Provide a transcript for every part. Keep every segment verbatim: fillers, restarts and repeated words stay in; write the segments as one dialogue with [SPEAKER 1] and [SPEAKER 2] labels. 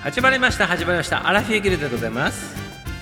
[SPEAKER 1] 始まりました始まりましたアラフィフギルドでございます。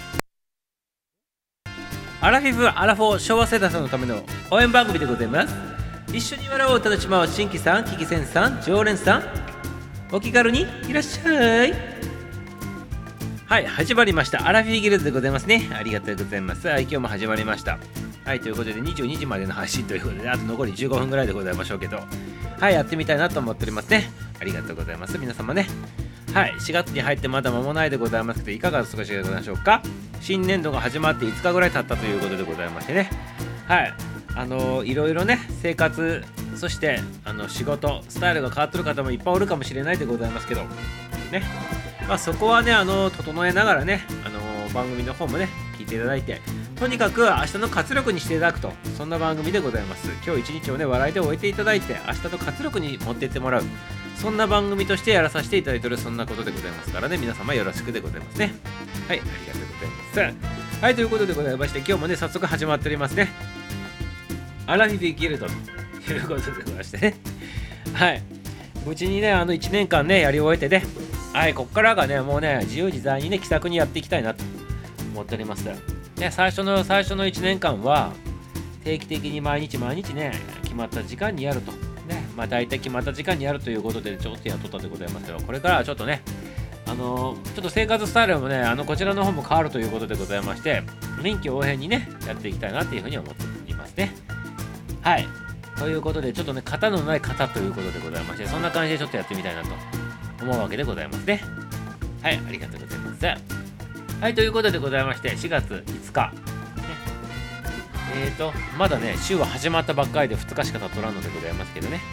[SPEAKER 1] アラフィフアラフォー昭和世代さんのための応援番組でございます。一緒に笑おう楽しまおう新規さん危機戦さん常連さんお気軽にいらっしゃい。はい、始まりましたアラフィフギルドでございますね。ありがとうございます。はい、今日も始まりました。はい、ということでにじゅうにじまでの配信ということで、あと残りじゅうごふんぐらいでございましょうけど、はい、やってみたいなと思っておりますね。ありがとうございます皆様ね。はい、しがつに入ってまだ間もないでございますけど、いかがお過ごしでございましょうか。新年度が始まっていつかぐらい経ったということでございましてね。はい、あのー、いろいろね、生活、そしてあの仕事、スタイルが変わってる方もいっぱいおるかもしれないでございますけど、ね、まあそこはね、あのー、整えながらね、あのー、番組の方もね、聞いていただいて、とにかく明日の活力にしていただくと、そんな番組でございます。今日一日をね、笑いで終えていただいて、明日の活力に持っていってもらう、そんな番組としてやらさせていただいている、そんなことでございますからね、皆様よろしくでございますね。はい、ありがとうございます。はい、ということでございまして、今日もね、早速始まっておりますね。アラフィフギルドということでございましてね。はい、無事にね、あのいちねんかんね、やり終えてね、はい、こっからがね、もうね、自由自在にね、気さくにやっていきたいなと思っております。ね、最初の最初のいちねんかんは定期的に毎日毎日ね、決まった時間にやるとね、まあ大体決まった時間にやるということでちょっとやっとったでございますけど、これからはちょっとね、あのー、ちょっと生活スタイルもね、あのこちらの方も変わるということでございまして、臨機応変にねやっていきたいなっていうふうに思っていますね。はい、ということでちょっとね、型のない型ということでございまして、そんな感じでちょっとやってみたいなと思うわけでございますね。はい、ありがとうございます。はい、ということでございまして、しがついつか、ね、えーと、まだね、週は始まったばっかりでふつかしか経っとらんのでございますけどね。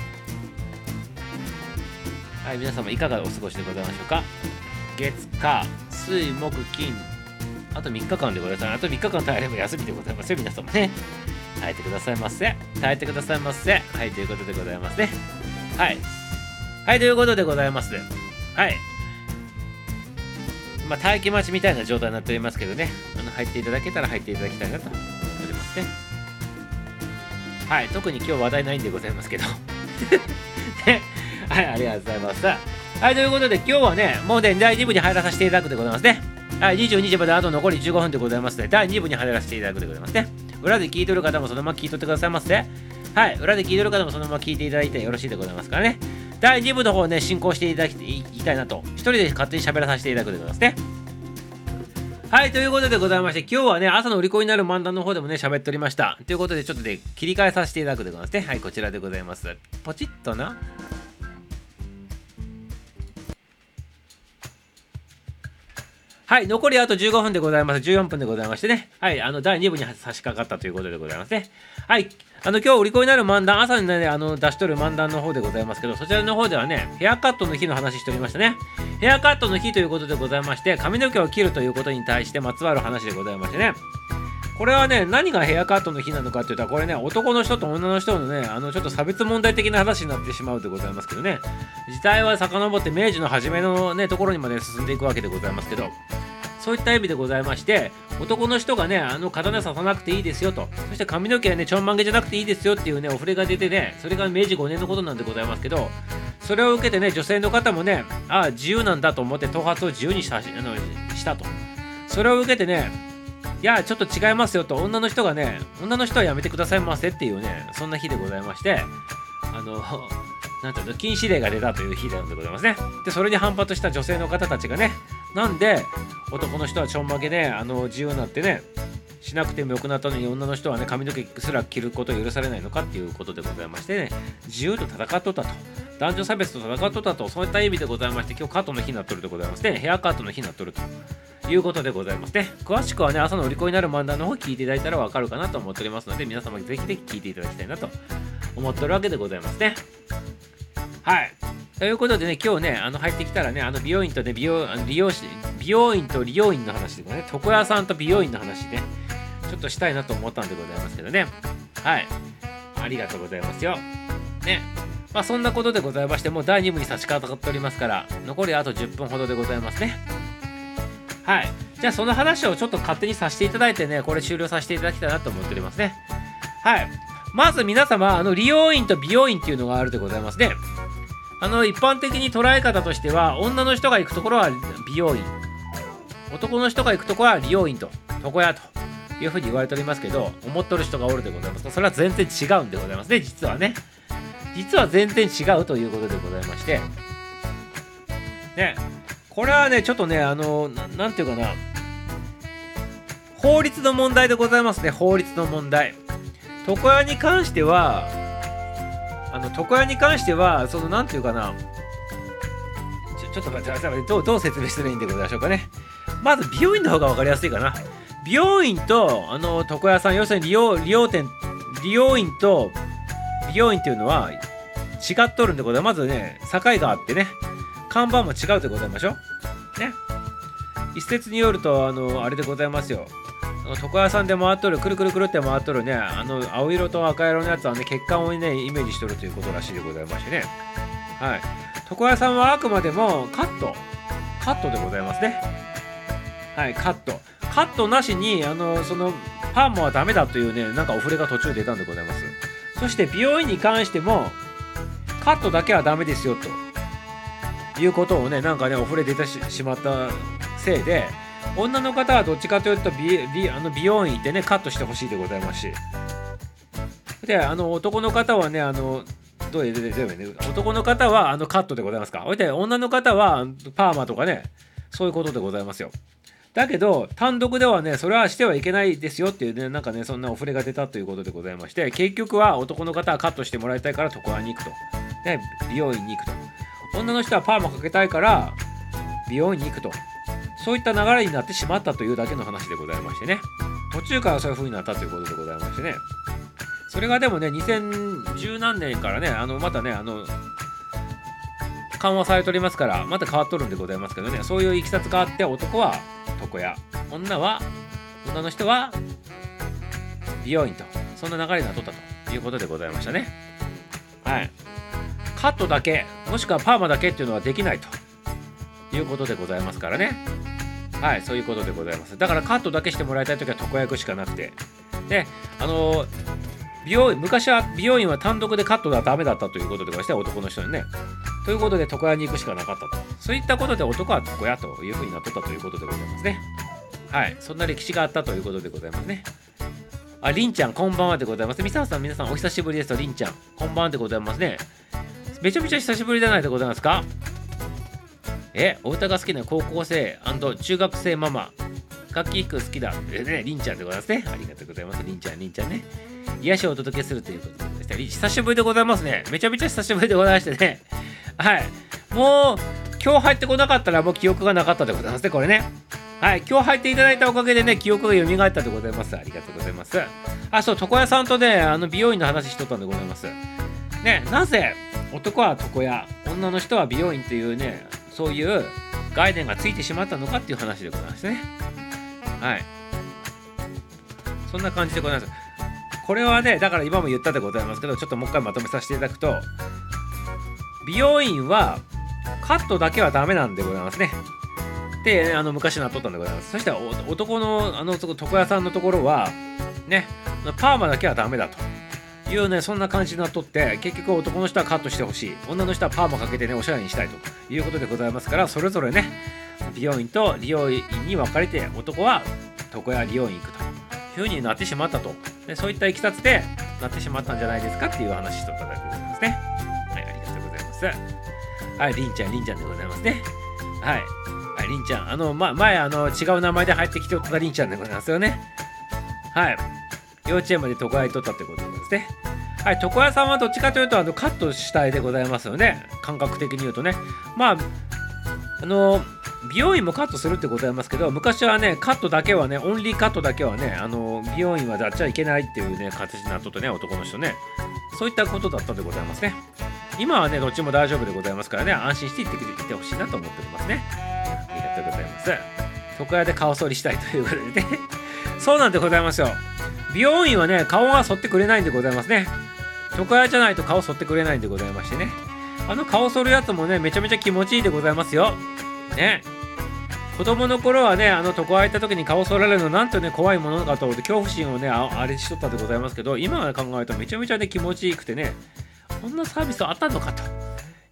[SPEAKER 1] はい、皆様いかがお過ごしでございましょうか。月、火、水、木、金、あとみっかかんでございます。あとみっかかん耐えれば休みでございますよ、皆様ね。耐えてくださいませ。耐えてくださいませ。はい、ということでございますね。はい。はい、ということでございます。はい。まあ、待機待ちみたいな状態になっておりますけどね、あの入っていただけたら入っていただきたいなと思っておりますね。はい、特に今日話題ないんでございますけど。ね、はい、ありがとうございます。はい、ということで今日はね、もうね、だいに部に入らさせていただくでございますね。はい、にじゅうにじまであと残りじゅうごふんでございますので、だいに部に入らせていただくでございますね。裏で聞いてる方もそのまま聞いとってくださいませ。はい、裏で聞いてる方もそのまま聞いていただいてよろしいでございますからね。だいに部の方をね、進行していただきたいなと、一人で勝手に喋らさせていただくでございますね。はい、ということでございまして、今日はね、朝の売り子になる漫談の方でもね、喋っておりました。ということで、ちょっとね、切り替えさせていただくでございますね。はい、こちらでございます。ポチッとな。はい、残りあとじゅうごふんでございます。じゅうよんぷんでございましてね。はい、あの、だいに部に差し掛かったということでございますね。はい、あの、今日売り子になる漫談、朝にね、あの、出しとる漫談の方でございますけど、そちらの方ではね、ヘアカットの日の話しておりましたね。ヘアカットの日ということでございまして、髪の毛を切るということに対してまつわる話でございましてね。これはね、何がヘアカットの日なのかって言ったら、これね、男の人と女の人のね、あの、ちょっと差別問題的な話になってしまうでございますけどね。時代は遡って明治の初めのね、ところにまで進んでいくわけでございますけど、そういった意味でございまして、男の人がね、あの刀刺さなくていいですよと、そして髪の毛はね、ちょんまげじゃなくていいですよっていうね、お触れが出てね、それが明治ごねんのことなんでございますけど、それを受けてね、女性の方もね、ああ、自由なんだと思って頭髪を自由にしたあのしたと。それを受けてね、いや、ちょっと違いますよと、女の人がね、女の人はやめてくださいませっていうね、そんな日でございまして、あの、なんていうの、禁止令が出たという日なんでございますね。で、それに反発した女性の方たちがね、なんで男の人はちょんまげで、あの、自由になってね、しなくてもよくなったのに女の人はね、髪の毛すら切ることを許されないのかっていうことでございましてね、自由と戦っとったと、男女差別と戦っとったと、そういった意味でございまして、今日カットの日になっとるでございますね。ヘアカットの日になっとるということでございますね。詳しくはね、朝の売り子になる漫談の方聞いていただいたらわかるかなと思っておりますので、皆様ぜひぜひ聞いていただきたいなと思っておるわけでございますね。はい。ということでね、今日ね、あの入ってきたらね、あの美容院とね、美容、あの美容師、美容院と理容院の話でね、床屋さんと美容院の話ね、ちょっとしたいなと思ったんでございますけどね。はい。ありがとうございますよ。ね。まあそんなことでございまして、もうだいに部に差し掛かっておりますから、残りあとじゅっぷんほどでございますね。はい。じゃあその話をちょっと勝手にさせていただいてね、これ終了させていただきたいなと思っておりますね。はい。まず皆様、あの、理容院と美容院っていうのがあるでございますね。 あの一般的に捉え方としては、女の人が行くところは美容院、男の人が行くところは理容院と床屋というふうに言われておりますけど、思っとる人がおるでございますと、それは全然違うんでございますね。実はね、実は全然違うということでございましてね、これはねちょっとね、あの な, なんていうかな法律の問題でございますね。法律の問題。床屋に関してはあの床屋に関してはそのなんていうかなちょちょっと待ってどうどう説明したらいいんでございましょうかね。まず美容院の方が分かりやすいかな。美容院とあの床屋さん、要するに利用利用店、利用院と美容院っていうのは違っとるんでございます。まずね境があってね、看板も違うでございましょうね。一説によるとあのあれでございますよ、床屋さんで回っとるくるくるくるって回っとるね、あの青色と赤色のやつはね血管をねイメージしとるということらしいでございましてね。はい、床屋さんはあくまでもカットカットでございますね。はい、カットカットなしにあのそのパーマはダメだというねなんかお触れが途中で出たんでございます。そして美容院に関してもカットだけはダメですよということをねなんかねお触れ出て し, しまったせいで、女の方はどっちかというと 美, 美, あの美容院行ってねカットしてほしいでございますし、であの男の方はねあのどういう、ね、男の方はあのカットでございますか。そして女の方はパーマとかねそういうことでございますよ。だけど単独ではねそれはしてはいけないですよっていうねなんかねそんなお触れが出たということでございまして、結局は男の方はカットしてもらいたいから床屋に行くと、ね、美容院に行くと、女の人はパーマかけたいから美容院に行くと、そういった流れになってしまったというだけの話でございましてね、途中からそういう風になったということでございましてね、それがでもねにせんじゅう何年からねあのまたねあの緩和されておりますからまた変わっとるんでございますけどね、そういういきさつがあって、男は床屋、女は女の人は美容院と、そんな流れになっとったということでございましたね。はい、カットだけもしくはパーマだけっていうのはできないということでございますからね。はい、そういうことでございます。だからカットだけしてもらいたいときは床屋行くしかなくて、であのー、美容院昔は美容院は単独でカットではダメだったということでございまして、男の人にねということで床屋に行くしかなかったと、そういったことで男は床屋というふうになっとったということでございますね。はい、そんな歴史があったということでございますね。あ、りんちゃんこんばんはでございます。みささん皆さんお久しぶりですと、りんちゃんこんばんはでございますね。めちゃめちゃ久しぶりじゃないでございますか。え、お歌が好きな高校生&中学生ママ、楽器弾く好きだえね、りんちゃんでございますね。ありがとうございます。りんちゃんりんちゃんね、癒しをお届けするということで、ね、久しぶりでございますね。めちゃめちゃ久しぶりでございましてね、はい、もう今日入ってこなかったらもう記憶がなかったでございますね、これね。はい、今日入っていただいたおかげでね記憶が蘇ったでございます。ありがとうございます。あ、そう、床屋さんとねあの美容院の話しとったんでございますね。なぜ男は床屋、女の人は美容院というねそういう概念がついてしまったのかっていう話でございますね。はい、そんな感じでございます。これはねだから今も言ったでございますけど、ちょっともう一回まとめさせていただくと、美容院はカットだけはダメなんでございますね。で、ね、あの昔なっとったんでございます。そして男のあの床屋さんのところはねパーマだけはダメだというねそんな感じになっとって、結局男の人はカットしてほしい、女の人はパーマかけてねおしゃれにしたいということでございますから、それぞれね美容院と理容院に分かれて、男は床屋理容院行くという風になってしまったと、でそういったいきさつでなってしまったんじゃないですかっていう話しとっただけでございますね。はい、ありがとうございます。はい、りんちゃんりんちゃんでございますね。はい、はい、りんちゃんあの、ま、前あの違う名前で入ってきておったりんちゃんでございますよね。はい、幼稚園まで床屋にとったってことですね。はい、床屋さんはどっちかというとあのカット主体でございますよね。感覚的に言うとね、まああの美容院もカットするってございますけど、昔はねカットだけはねオンリーカットだけはねあの美容院はやっちゃいけないっていうね形になっとってね、男の人ねそういったことだったでございますね。今はねどっちも大丈夫でございますからね、安心して行ってきてほしいなと思っておりますね。ありがとうございます。床屋で顔剃りしたいということでねそうなんでございますよ。美容院はね顔が剃ってくれないんでございますね。床屋じゃないと顔剃ってくれないんでございましてね、あの顔剃るやつもねめちゃめちゃ気持ちいいでございますよね。子供の頃はねあの床屋行った時に顔剃られるのなんとね怖いものかと思って恐怖心をね あ, あれしとったでございますけど、今考えるとめちゃめちゃね気持ちいいくてね、こんなサービスあったのかと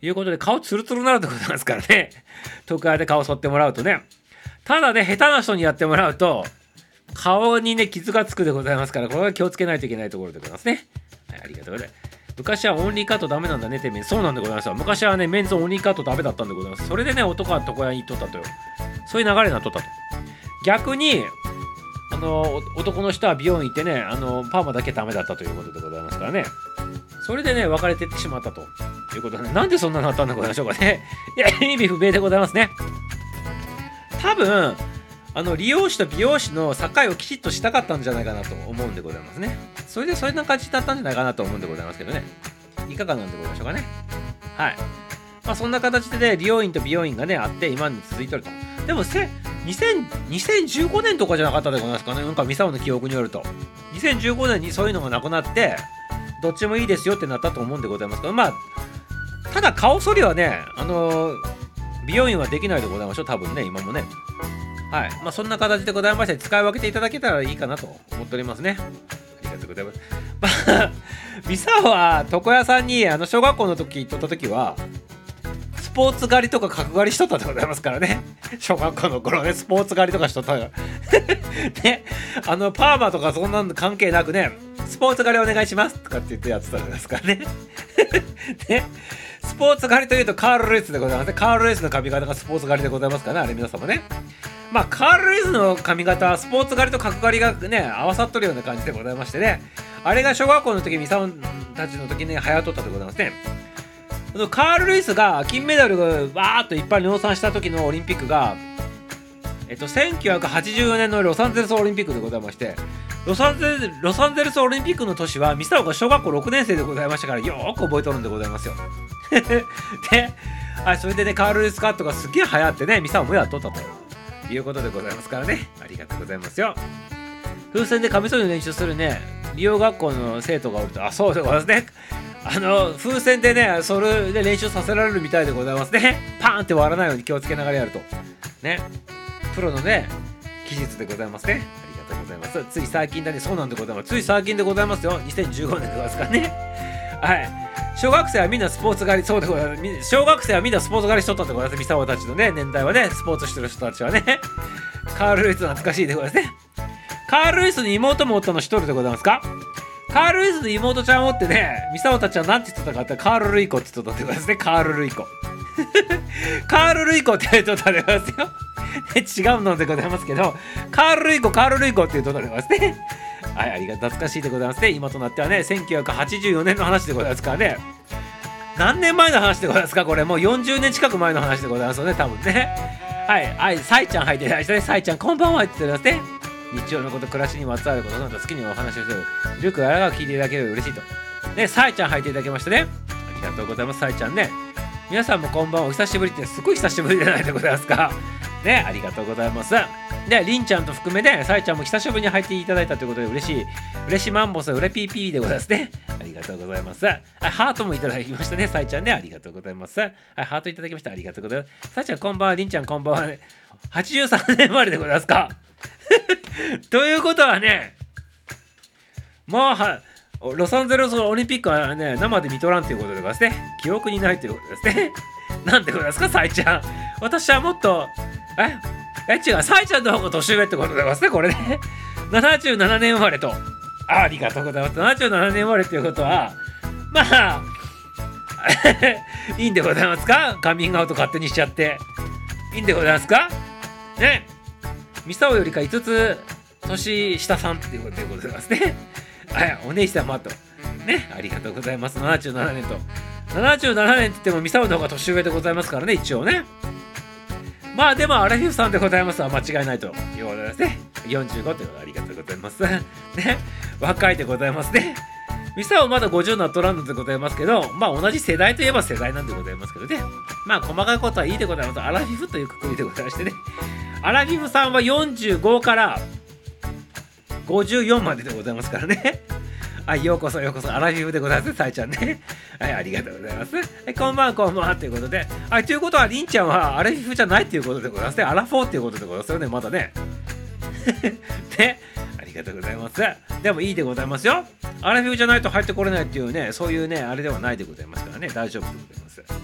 [SPEAKER 1] いうことで、顔ツルツルになるってことなんですからね。床屋で顔剃ってもらうとね。ただね、下手な人にやってもらうと、顔にね、傷がつくでございますから、これは気をつけないといけないところでございますね。はい、ありがとうございます。昔はオンリーカットダメなんだねってメン。そうなんでございますよ。昔はね、メンズオンリーカットダメだったんでございます。それでね、男は床屋に行っとったとよ。そういう流れになっとったと。逆に、あの、男の人は美容院行ってね、あの、パーマだけダメだったということでございますからね。それでね、別れてってしまったということで、ね、なんでそんなのあったんでございましょうかね。いや、意味不明でございますね。多分、あの、理容師と美容師の境をきちっとしたかったんじゃないかなと思うんでございますね。それで、それな感じだったんじゃないかなと思うんでございますけどね。いかがなんでございましょうかね。はい。まあ、そんな形でね、理容院と美容院がね、あって、今に続いてると。でも、せ、にせん、にせんじゅうごねんとかじゃなかったでございますかね。なんか、ミサオの記憶によると。にせんじゅうごねんにそういうのがなくなって、どっちもいいですよってなったと思うんでございますけど、まあ、ただ、顔剃りはね、あのー、美容院はできないでございましょう。多分ね、今もね。はい。まあ、そんな形でございまして、使い分けていただけたらいいかなと思っておりますね。ありがとうございます。まあ、ミサオは床屋さんにあの小学校の時行っとった時はスポーツ狩りとか角刈りしとったでございますからね。小学校の頃ね、スポーツ狩りとかしとったよ。ね、あのパーマとかそんなの関係なくね、スポーツ狩りお願いしますとかって言ってやってたんですからね。ね、スポーツ狩りというとカール・ルイスでございますね。カール・ルイスの髪型がスポーツ狩りでございますからね、あれ皆様ね。まあ、カール・ルイスの髪型はスポーツ狩りと角刈りがね、合わさっとるような感じでございましてね。あれが小学校の時、ミサオたちの時に流行っとったでございますね。カール・ルイスが金メダルがわーっといっぱい量産した時のオリンピックが、えっと、せんきゅうひゃくはちじゅうよねんのロサンゼルスオリンピックでございまして、ロサンゼル、ロサンゼルスオリンピックの年はミサオが小学校ろくねん生でございましたから、よーく覚えとるんでございますよ。で、はい、それでね、カール・ルイスカットがすっげえ流行ってね、ミサオもやっとったということでございますからね。ありがとうございますよ。風船でカミソリの練習するね、美容学校の生徒がおると、あ、そうでございますね。あの、風船でね、それで練習させられるみたいでございますね。パーンって割らないように気をつけながらやると。ね。プロのね、技術でございますね。ありがとうございます。つい最近だね、そうなんでございます。つい最近でございますよ。にせんじゅうごねんでございますからね。はい。小学生はみんなスポーツ狩り、そうでございます。小学生はみんなスポーツ狩りしとったでございます。ミサオたちのね、年代はね、スポーツしてる人たちはね。カール・ルイス懐かしいでございますね。カール・ルイスに妹もおったの一人でございますか？カール・ルイスの妹ちゃんをおってね、ミサオたちは何て言ってたかって、カール・ルイコって言ってたでございますね。カール・ルイコ。カール・ルイコって言ってたでございますよ。違うのでございますけど、カール・ルイコ、カール・ルイコって言ってたでございますね。はい、ありがとう。懐かしいでございますね。今となってはね、せんきゅうひゃくはちじゅうよねんの話でございますからね。何年前の話でございますか？これもうよんじゅうねん近く前の話でございますよね、多分ね。はい、はい、サイちゃん入ってない人ね。サイちゃんこんばんはって言ってますね。日常のこと、暮らしにまつわることなど好きにお話をする。ルクあらが聞いていただけると嬉しいと。ね、サイちゃん入っていただきましてね。ありがとうございます、サイちゃんね。皆さんもこんばんは。お久しぶりって、すごい久しぶりじゃないでございますか。ね、ありがとうございます。で、りんちゃんと含めね、サイちゃんも久しぶりに入っていただいたということで嬉しい。嬉しいマンボス、うれピーピーでございますね。ありがとうございます。はい、ハートもいただきましたね、サイちゃんね。ありがとうございます。はい、ハートいただきました。ありがとうございます。サイちゃんこんばんは、りんちゃんこんばんは。はちじゅうさんねん生まれでございますか。ということはね、もうは、ロサンゼルスオリンピックはね、生で見とらんということでございますね。記憶にないということですね。なんでございますか、サイちゃん。私はもっと、ええ、違う、サイちゃんの方が年上ってことでございますね、これね。ななじゅうななねん生まれと。あ、ありがとうございます。ななじゅうななねん生まれということは、まあ、いいんでございますか？カミングアウト勝手にしちゃって。いいんでございますか？ね。ミサオよりかいつつ年下さんっていうことでございますね。はい、お姉様と。ね、ありがとうございます。ななじゅうななねんと。ななじゅうななねんって言ってもミサオの方が年上でございますからね、一応ね。まあでもアラフィフさんでございますは間違いないということですね。よんじゅうごということでありがとうございます。ね、若いでございますね。ミサオまだごじゅうになっとらんのでございますけど、まあ同じ世代といえば世代なんでございますけどね。まあ細かいことはいいでございます。アラフィフというくくりでございましてね。アラフィフさんはよんじゅうごからごじゅうよんまででございますからね。はい、ようこそようこそ、アラフィフでございます、サイちゃんね。はい、ありがとうございます。はい、こんばんは、こんばんは、ということで。はい、ということは、りんちゃんはアラフィフじゃないっていうことでございますね。アラフォーっていうことでございますよね、まだね。ね、ありがとうございます。でもいいでございますよ。アラフィフじゃないと入ってこれないっていうね、そういうね、あれではないでございますからね、大丈夫でございます。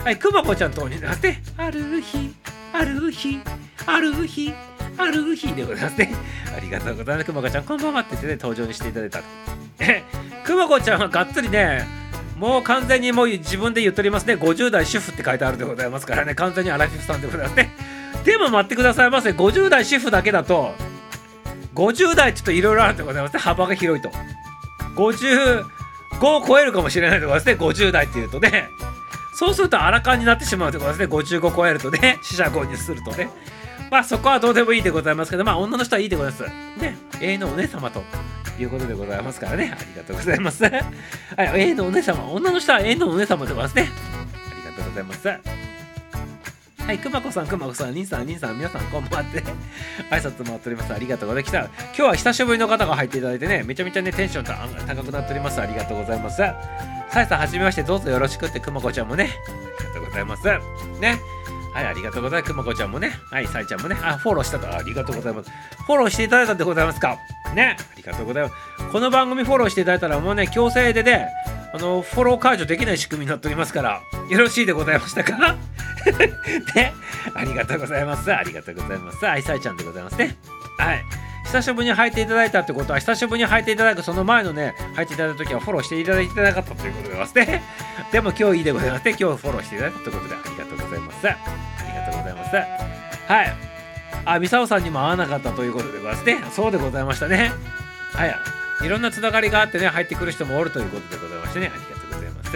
[SPEAKER 1] はい、くまこちゃんとになって、ある日、ある日、ある日、ある日でございますね。ありがとうございます。くまこちゃん、こんばんはって言ってね、登場にしていただいたと。くまこちゃんはがっつりね、もう完全にもう自分で言っておりますね。ごじゅう代主婦って書いてあるでございますからね、完全にアラフィフさんでございますね。でも待ってくださいませ。ごじゅう代主婦だけだと、ごじゅう代ちょっといろいろあるでございますね。幅が広いと。ごじゅうごを超えるかもしれないでございますね。ごじゅう代っていうとね。そうするとアラカンになってしまうでございますね。ごじゅうご超えるとね、四捨五入するとね。まあそこはどうでもいいでございますけど、まあ女の人はいいでございます。ね、永遠のお姉様ということでございますからね。ありがとうございます。はい、永遠のお姉様。女の人は永遠のお姉様でございますね。ありがとうございます。はい、くまこさん、くまこさん、りんさん、りんさん、皆さん、こんばんはって、挨拶回っております。ありがとうございます。今日は久しぶりの方が入っていただいてね、めちゃめちゃね、テンション高くなっております。ありがとうございます。さやさん、はじめまして、どうぞよろしくって、くまこちゃんもね、ありがとうございます。ね。はい、ありがとうございます。くまこちゃんもね、はい、さえちゃんもね、あ、フォローしたと、ありがとうございます。フォローしていただいたんでございますか。ね、ありがとうございます。この番組フォローしていただいたら、もうね、強制でね、あの、フォロー解除できない仕組みになっておりますから、よろしいでございましたか。ね、ありがとうございます。ありがとうございます。はい、さえちゃんでございますね。はい。久しぶりに入っていただいたってことは、久しぶりに入っていただく、その前のね、入っていただいた時はフォローしていただいてなかったということでございますね。でも今日いいでございますね。今日フォローしていただいたということで、ありがとうございます。ありがとうございます。はい。あ、みさおさんにも会わなかったということでございますね。そうでございましたね。はい。いろんなつながりがあってね、入ってくる人もおるということでございましてね、ありがとうございます。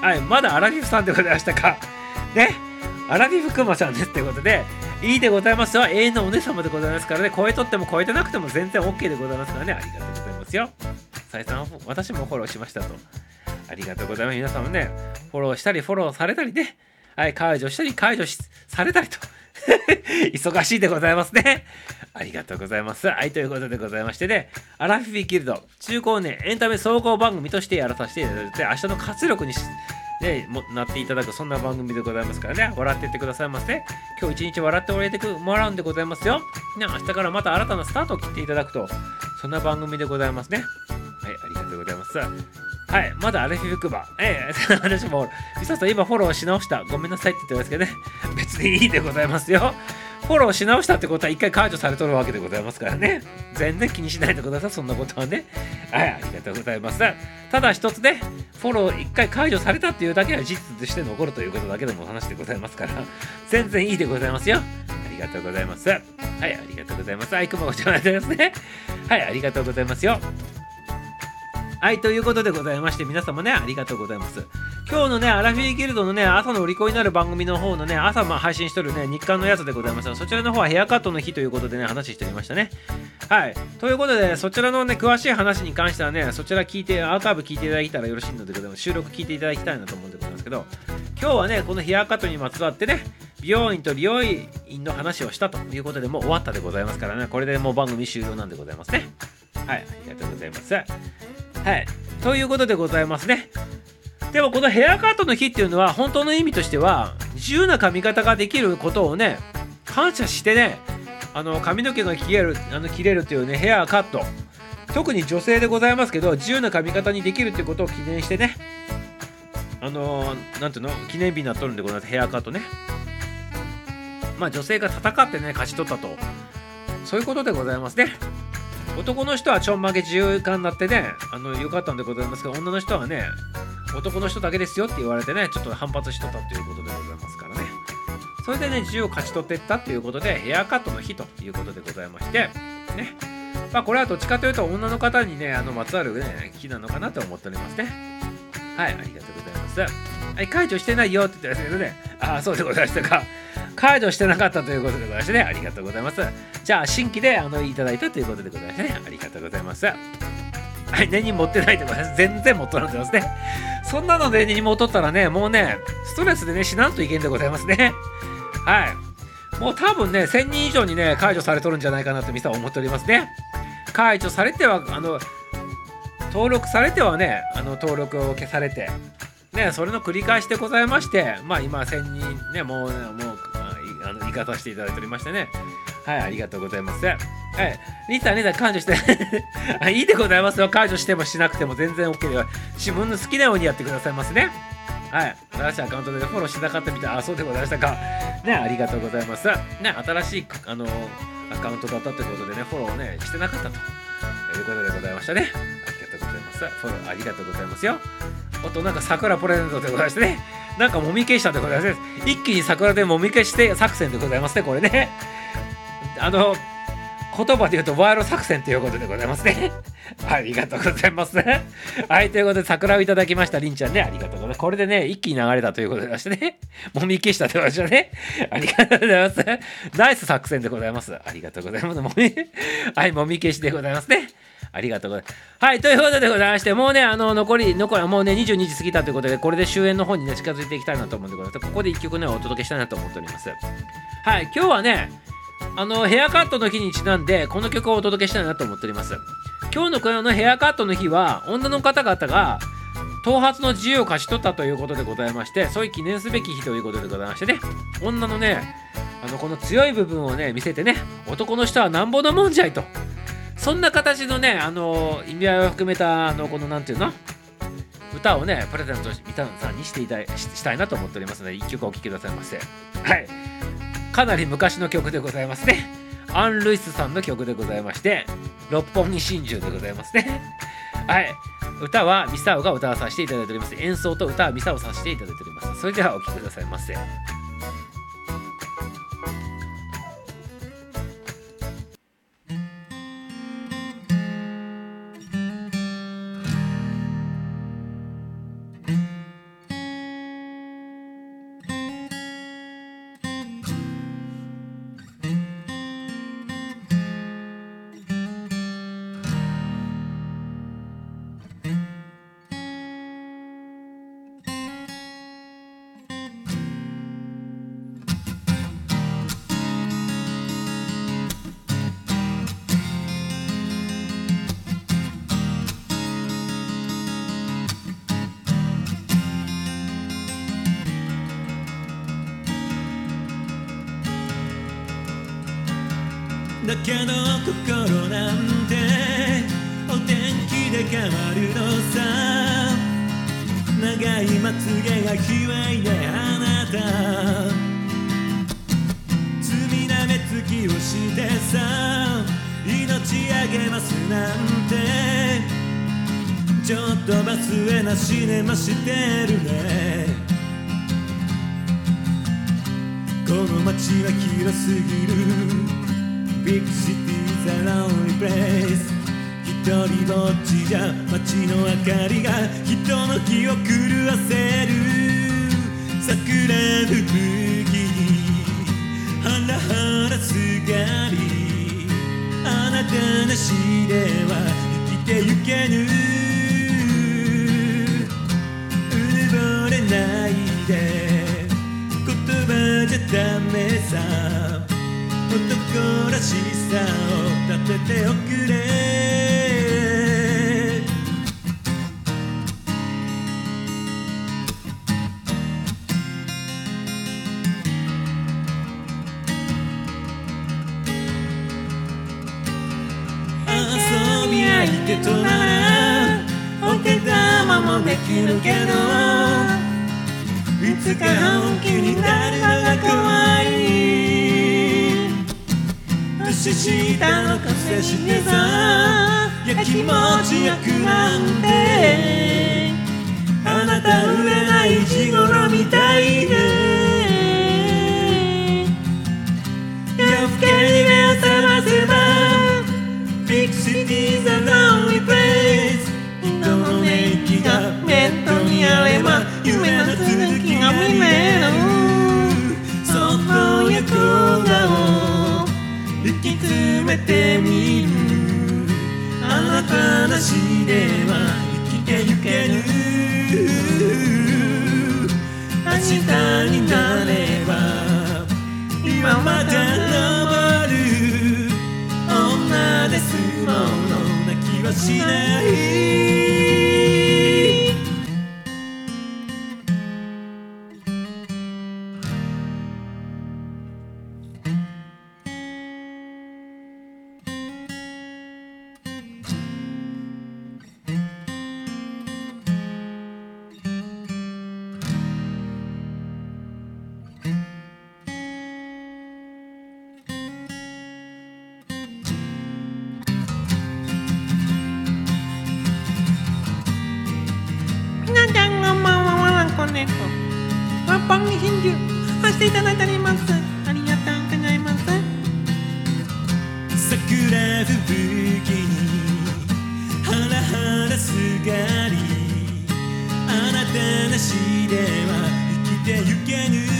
[SPEAKER 1] はい。まだアラフィフさんでございましたか。ね。アラフィフクマさんですってことで、いいでございますよ。永遠のお姉様でございますからね、超えとっても超えてなくても全然 OK でございますからね、ありがとうございますよ。さえさん、私もフォローしましたと。ありがとうございます。皆さんもね、フォローしたり、フォローされたりね、はい、解除したり、解除しされたりと。忙しいでございますね。ありがとうございます。はい、ということでございましてね、アラフィフギルド、中高年エンタメ総合番組としてやらさせていただいて、明日の活力にし、ね、もなっていただくそんな番組でございますからね、笑っていってくださいませ。今日一日笑っておいてもらうんでございますよ。ね、明日からまた新たなスタートを切っていただくと、そんな番組でございますね。はい、ありがとうございます。はい、まだアラフィフクマ。ええ、私も、みささん今フォローし直した。ごめんなさいって言ってますけどね。別にいいでございますよ。フォローし直したってことは一回解除されとるわけでございますからね。全然気にしないでください、そんなことはね。はい、ありがとうございます。ただ一つね、フォロー一回解除されたっていうだけは事実として残るということだけでも話でございますから、全然いいでございますよ。ありがとうございます。はい、ありがとうございます。はい、くまこちゃんありがとうございますね。はい、ありがとうございますよ。はい、ということでございまして、皆様ね、ありがとうございます。今日のね、アラフィーギルドのね、朝の売り子になる番組の方のね、朝まあ配信しとるね、日刊のやつでございますが、そちらの方はヘアカットの日ということでね、話しておりましたね。はい。ということで、そちらのね、詳しい話に関してはね、そちら聞いて、アーカイブ聞いていただけたらよろしいのでございます。収録聞いていただきたいなと思うんでございますけど、今日はね、このヘアカットにまつわってね、美容院と理容院の話をしたということでもう終わったでございますからね、これでもう番組終了なんでございますね。はい、ありがとうございます。はい。ということでございますね。でもこのヘアカットの日っていうのは本当の意味としては自由な髪型ができることをね感謝してね、あの髪の毛が切れるあの切れるというねヘアカット、特に女性でございますけど自由な髪型にできるっていうことを記念してね、あのー、なんていうの記念日になっとるんでございます。ヘアカットね、まあ女性が戦ってね勝ち取ったと、そういうことでございますね。男の人はちょんまげ自由化になってね、あのよかったんでございますけど、女の人はね男の人だけですよって言われてねちょっと反発しとったということでございますからね。それでね自由を勝ち取っていったということでヘアカットの日ということでございましてね、まあこれはどっちかというと女の方にねあのまつわるね日なのかなと思っておりますね。はい、ありがとうございます。はい、解除してないよって言ってますけどね、ああそうでございましたか。解除してなかったということでございましてね、ありがとうございます。じゃあ新規であのいただいたということでございましてね、ありがとうございます。はい、根に持ってないでございます。全然持っとらんでますね。そんなので根に持っとったらね、もうね、ストレスでね、死なんといけんでございますね。はい。もう多分ね、せんにん以上にね、解除されとるんじゃないかなとミサは思っておりますね。解除されては、あの、登録されてはね、あの登録を消されて、ね、それの繰り返しでございまして、まあ今せんにんね、もう、ね、もう、あの言い方していただいておりましてね。はい、ありがとうございます。はい、リーさん、リーさん、解除していいでございますよ。解除してもしなくても全然 OK では、自分の好きなようにやってくださいますね。はい。 新しいアカウントでフォローしてなかったみたい。あ、そうでございましたか。ね、ありがとうございます。ね、新しいあのアカウントだったということでね、フォローをね、してなかったということでございましたね。ありがとうございます。フォローありがとうございますよ。あとなんか桜プレゼントでございましてね、なんかもみ消したでございます。一気に桜でもみ消して作戦でございますね、これね。あの、言葉で言うとワイルド作戦ということでございますね。ありがとうございます。はい、ということで桜をいただきました、りんちゃんね。ありがとうございます。これでね、一気に流れたということでましてね。もみ消したでございましたね。ありがとうございます。ナイス作戦でございます。ありがとうございます。もみはい、もみ消しでございますね。ありがとうございます。はい、ということでございまして、もうね、あの、残り、残り、もうね、にじゅうにじ過ぎたということで、これで終焉の方にね、近づいていきたいなと思うんでございます。ここでいっきょくね、お届けしたいなと思っております。はい、今日はね、あのヘアカットの日にちなんでこの曲をお届けしたいなと思っております。今日のこのヘアカットの日は女の方々が頭髪の自由を勝ち取ったということでございまして、そういう記念すべき日ということでございましてね、女のね、あのこの強い部分をね見せてね、男の人はなんぼのもんじゃいと、そんな形のね、あの意味合いを含めたあのこのなんていうの歌をねプレゼント皆さんにしていたいしたいなと思っておりますので、いっきょくお聴きくださいませ。はい、かなり昔の曲でございますね。アン・ルイスさんの曲でございまして、六本木真珠でございますね。はい、歌はミサオが歌わさせていただいております。演奏と歌はミサオさせていただいております。それではお聴きくださいませ。
[SPEAKER 2] だけど心なんてお天気で変わるのさ。長いまつげが卑猥であなた罪な目つきをしてさ、命あげますなんてちょっとバスへなシネマしてるね。この街は広すぎるBig city's a lonely place。 一人ぼっちじゃ街の明かりが人の気を狂わせる。桜吹雪にハラハラすがり、あなたなしでは生きてゆけぬ。うぬぼれないで言葉じゃダメさ、男らしさを立てておくれ。遊び相手とならお手玉もできるけど、いつか本気になるのが怖い。年下のくせしてさ、やきもちよくなんてあなた売れない地頃みたいね。夜更けに目を覚ませば Big city's a lonely place。 人の年季が面倒にあれば夢の続きが見える。その横顔引き詰めてみる。あなたなしでは生きてゆけぬ。明日になれば今まで登る女ですもの泣きはしない。
[SPEAKER 1] 本木真珠走っていただいております。ありがとうございます。
[SPEAKER 2] 桜吹雪にハラハラすがり、あなたなしでは生きてゆけぬ、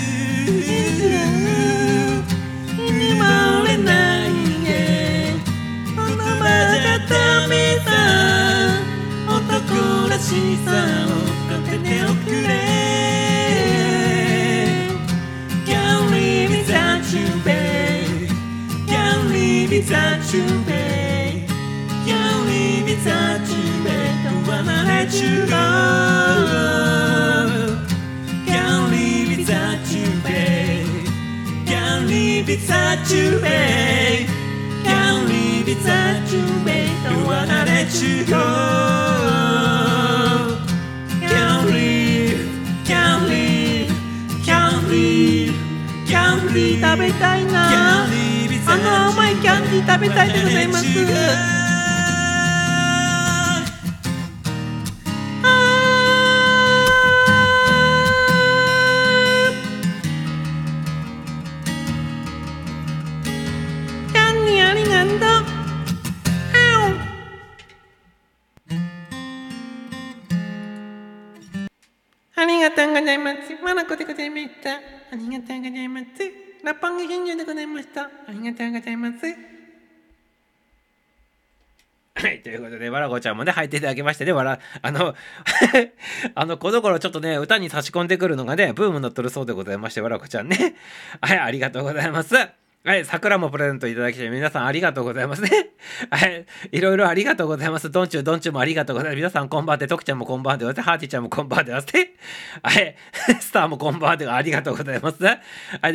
[SPEAKER 2] 生まれないで言葉じゃダメさ、男らしさを立てておくれ。 Can't live without you babe, Can't live without you babe, Can't live without you babe, Don't wanna let you go. Can't live without you babe, Can't live without you babe, Can't live without you babe, Don't wanna let you go. Can't live, can't live, can't live, can't live.
[SPEAKER 1] 食べたいな。あの甘いキャンディー食べたいでございます。キャンディーありがとう。ありがとうございます。マナコでございました。ありがとうございます。ラッパング真珠でございました。ありがとうございます。はい、ということで、わらこちゃんもね、入っていただきましてね、わら、あの、あの、この頃ちょっとね、歌に差し込んでくるのがね、ブームになっとるそうでございまして、わらこちゃんね。はい、ありがとうございます。はい、桜もプレゼントいただきて、皆さんありがとうございますね。はい、いろいろありがとうございます。どんちゅうどんちゅうもありがとうございます。皆さんこんばんはで、とくちゃんもこんばんはでわせ、ハーティちゃんもこんばんはでわせ、はい、スターもこんばんはでありがとうございます。はい、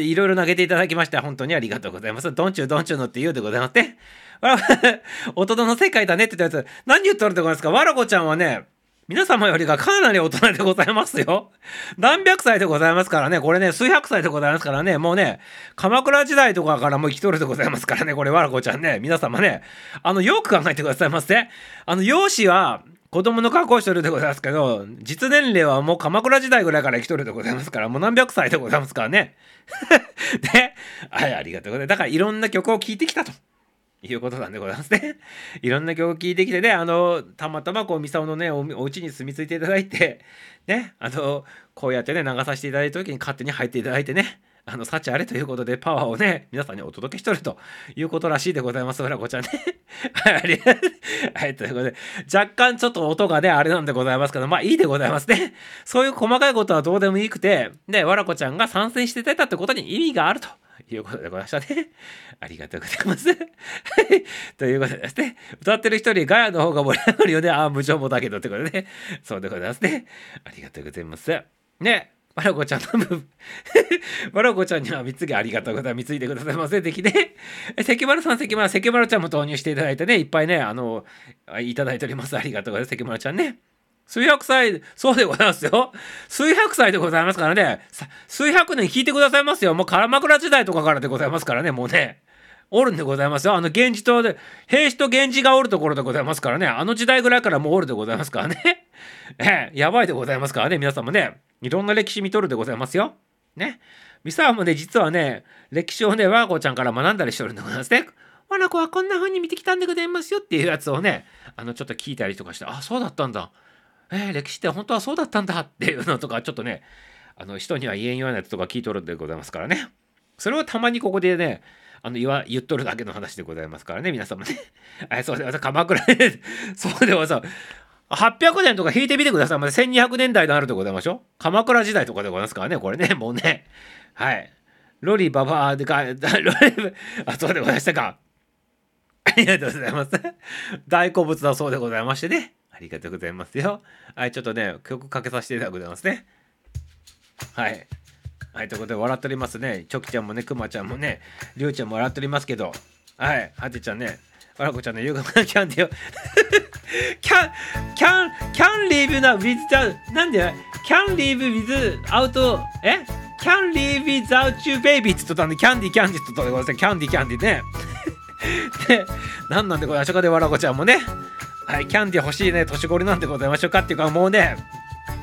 [SPEAKER 1] いろいろ投げていただきまして、本当にありがとうございます。どんちゅうどんちゅうのって言うでございますね。大人の世界だねって言ったやつ、何言っとるでございますか。わらこちゃんはね、皆様よりがかなり大人でございますよ。何百歳でございますからね。これね、数百歳でございますからね。もうね、鎌倉時代とかからもう生きとるでございますからね。これ、わらこちゃんね。皆様ね、あの、よく考えてくださいませ。あの、容姿は子供の格好してるでございますけど、実年齢はもう鎌倉時代ぐらいから生きとるでございますから、もう何百歳でございますからね。で、はい、ありがとうございます。だからいろんな曲を聴いてきたと。いうことなんでございますね。いろんな曲を聴いてきてね、あの、たまたまこう、ミサオのね、お、お家に住み着いていただいて、ね、あの、こうやってね、流させていただいた時に勝手に入っていただいてね、あの、幸あれということで、パワーをね、皆さんにお届けしとるということらしいでございます。ほら、こちらね。はい、ありがとう。はい、ということで、若干ちょっと音がね、あれなんでございますけど、まあいいでございますね。そういう細かいことはどうでもいいくて、で、わらこちゃんが参戦していただいたってことに意味があると。いうことでございましたね。ありがとうございます。はい。ということでですね、歌ってる人よりガヤの方が盛り上がるよね。ああ、無情もだけどってことでね。そうでございますね。ありがとうございます。ね。わらこちゃんの部わらこちゃんにはみつげありがとうございます。貢いでくださいませ。的ね。関丸さん、関丸、関丸ちゃんも投入していただいてね、いっぱいね、あの、いただいております。ありがとうございます。関丸ちゃんね。数百歳、そうでございますよ。数百歳でございますからね。数百年聞いてくださいますよ。もう鎌倉時代とかからでございますからね。もうね。おるんでございますよ。あの、源氏とで、平氏と源氏がおるところでございますからね。あの時代ぐらいからもうおるでございますからね。ええ、やばいでございますからね。皆さんもね、いろんな歴史見とるでございますよ。ね。ミサワもね、実はね、歴史をね、わらこちゃんから学んだりしてるんでございますね。わらこはこんな風に見てきたんでございますよっていうやつをね、あの、ちょっと聞いたりとかして、あ、そうだったんだ。えー、歴史って本当はそうだったんだっていうのとかちょっとね、あの人には言えんようなやつとか聞いとるんでございますからね。それをたまにここでね、あの言わ言っとるだけの話でございますからね、皆様ね。あ、そうでわ鎌倉でそうでわさはっぴゃくねんとか引いてみてください。までせんにひゃくねんだいのあるでございましょ。鎌倉時代とかでございますからね、これね、もうね。はい。ロリババアでか、ロリあ、そうでございましたか。ありがとうございます。大好物だそうでございましてね。ありがとうございますよ。はい、ちょっとね、曲かけさせていただくでございますね。はい。はい、ということで笑っておりますね。チョキちゃんもね、クマちゃんもね、リュウちゃんも笑っておりますけど、はい、ハテちゃんね、わらこちゃんの夕方のキャンディーを、キャン、キャン、キャンリーブな、ウィズダウ、なんで、キャンリーブウィズアウト、えキャンリーブウィズアウトユーベイビーって言っとったんで、キャンディーキャンディーって言っとったでございますね。キャンディーキャンディーね。で、なんなんでこれ、あしょかでわらこちゃんもね、はい、キャンディー欲しいね、年頃なんでございましょうかっていうか、もうね、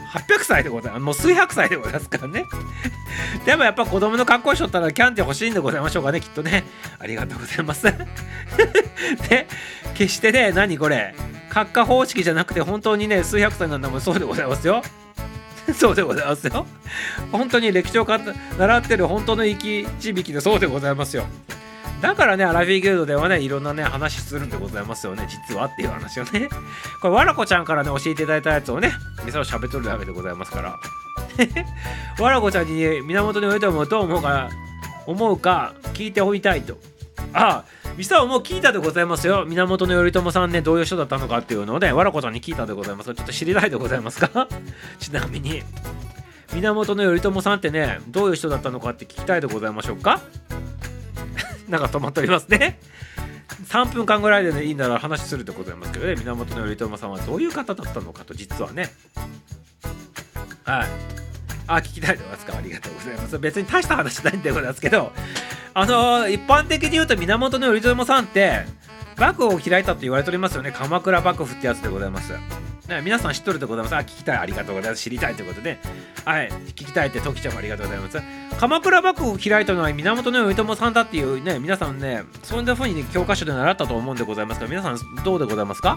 [SPEAKER 1] はっぴゃくさいでございます。もう数百歳でございますからねでもやっぱ子供の格好しとったらキャンティ欲しいんでございましょうかね、きっとね。ありがとうございますで決してね、何これ閣下方式じゃなくて本当にね数百歳なんだもん。そうでございますよそうでございますよ。本当に歴史をか習ってる本当の生き字引でそうでございますよ。だからね、アラフィーギルドではね、いろんなね、話するんでございますよね。実はっていう話をね。これ、わらこちゃんからね、教えていただいたやつをね、みさを喋っとるだけでございますから。わらこちゃんに、ね、源頼朝もどう思うか、思うか聞いておいたいと。ああ、みさをもう聞いたでございますよ。源頼朝さんね、どういう人だったのかっていうのをね、わらこちゃんに聞いたでございます。ちょっと知りたいでございますかちなみに。源頼朝さんってね、どういう人だったのかって聞きたいでございましょうかなんか止まっておりますね。さんぷんかんぐらいでね、いいなら話するでございますけどね、源頼朝さんはどういう方だったのかと、実はね。はい。あ、聞きたいでございますか。ありがとうございます。別に大した話ないんでございますけど、あのー、一般的に言うと源頼朝さんって、幕府を開いたと言われておりますよね。鎌倉幕府ってやつでございます。ね、皆さん知っとるでございます。あ、聞きたい、ありがとうございます。知りたいということで、はい、聞きたいって時ちゃんもありがとうございます。鎌倉幕府を開いたのは源頼朝さんだっていうね、皆さんね、そんな風に、ね、教科書で習ったと思うんでございますが、皆さんどうでございますか？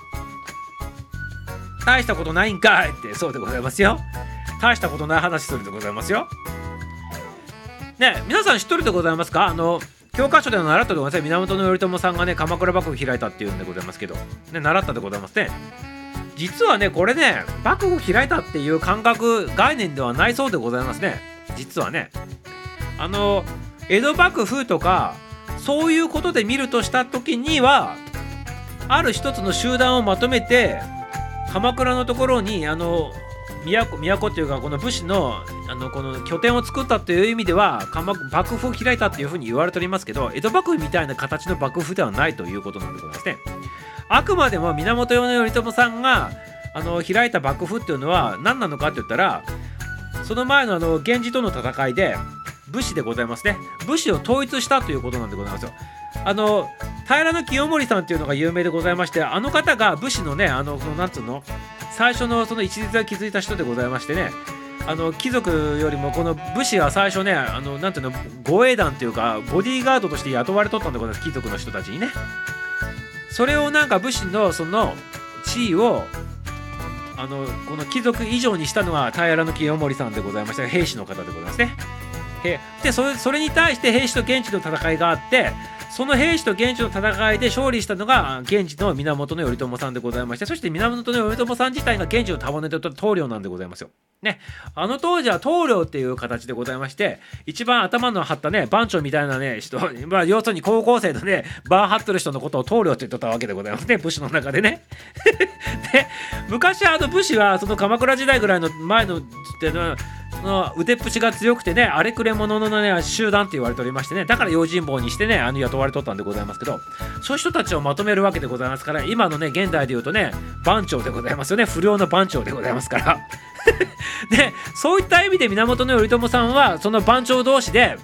[SPEAKER 1] 大したことないんかいって、そうでございますよ。大したことない話するでございますよ。ね、皆さん知っとるでございますか？あの教科書で習ったでございます。源頼朝さんがね、鎌倉幕府開いたっていうんでございますけど、ね、習ったでございますね。実はね、これね、幕府を開いたっていう感覚概念ではないそうでございますね。実はね、あの江戸幕府とかそういうことで見るとした時には、ある一つの集団をまとめて鎌倉のところにあの都都っていうかこの武士のあのこの拠点を作ったという意味では幕府を開いたっていうふうに言われておりますけど、江戸幕府みたいな形の幕府ではないということなんでございますね。あくまでも源頼朝さんがあの開いた幕府っていうのは何なのかって言ったら、その前のあの源氏との戦いで武士でございますね。武士を統一したということなんでございますよ。あの平清盛さんっていうのが有名でございまして、あの方が武士のね、あのそのなんつうの最初のその一律を築いた人でございましてね、あの貴族よりもこの武士は最初ね、あのなんていうの護衛団っていうかボディーガードとして雇われとったんでございます。貴族の人たちにね。それをなんか武士のその地位をあのこの貴族以上にしたのは平清盛さんでございました。兵士の方でございますね。でそれ、それに対して兵士と源氏の戦いがあって、その兵士と源氏の戦いで勝利したのが源氏の源頼朝さんでございまして、そして源頼朝さん自体が源氏を束ねていた棟梁なんでございますよ。ね、あの当時は棟梁っていう形でございまして、一番頭の張ったね番長みたいなね人、まあ、要するに高校生のねバー張ってる人のことを棟梁って言ってたわけでございますね、武士の中でねで昔あの武士はその鎌倉時代ぐらいの前のっていうのはの腕っぷしが強くてね、荒れくれ者の、ね、集団って言われておりましてね、だから用心棒にしてねあの雇われとったんでございますけど、そういう人たちをまとめるわけでございますから、今のね現代で言うとね番長でございますよね。不良の番長でございますからでそういった意味で源頼朝さんはその番長同士で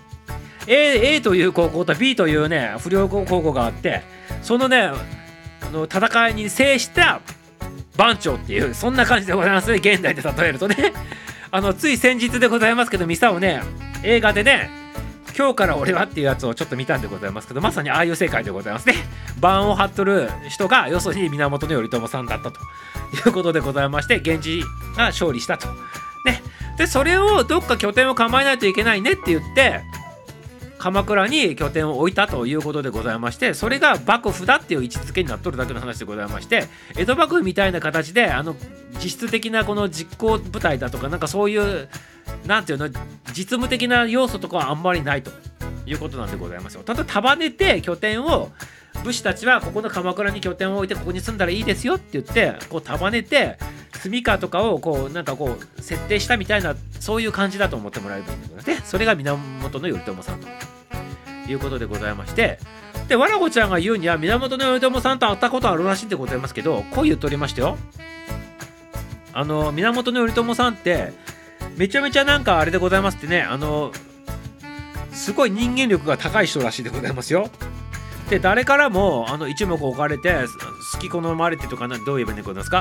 [SPEAKER 1] A, A という高校と B というね不良高校があって、そのねあの戦いに制した番長っていう、そんな感じでございますね、現代で例えるとねあのつい先日でございますけど、ミサをね映画でね今日から俺はっていうやつをちょっと見たんでございますけど、まさにああいう世界でございますね。盤を張っとる人が要するに源頼朝さんだったということでございまして、源氏が勝利したとね。でそれをどっか拠点を構えないといけないねって言って鎌倉に拠点を置いたということでございまして、それが幕府だっていう位置づけになっとるだけの話でございまして、江戸幕府みたいな形であの実質的なこの実行部隊だとかなんかそういうなんていうの実務的な要素とかはあんまりないということなんでございますよ。ただ束ねて拠点を武士たちはここの鎌倉に拠点を置いてここに住んだらいいですよって言ってこう束ねて住処とかをこうなんかこう設定したみたいな、そういう感じだと思ってもらえるといいんですね。それが源頼朝さんということでございまして、でわらこちゃんが言うには源頼朝さんと会ったことあるらしいんでございますけど、こう言っておりましたよ。あの源頼朝さんってめちゃめちゃなんかあれでございますってね、あのすごい人間力が高い人らしいでございますよ。で誰からもあの一目置かれて好き好まれてとかどう言えばいいんでございますか、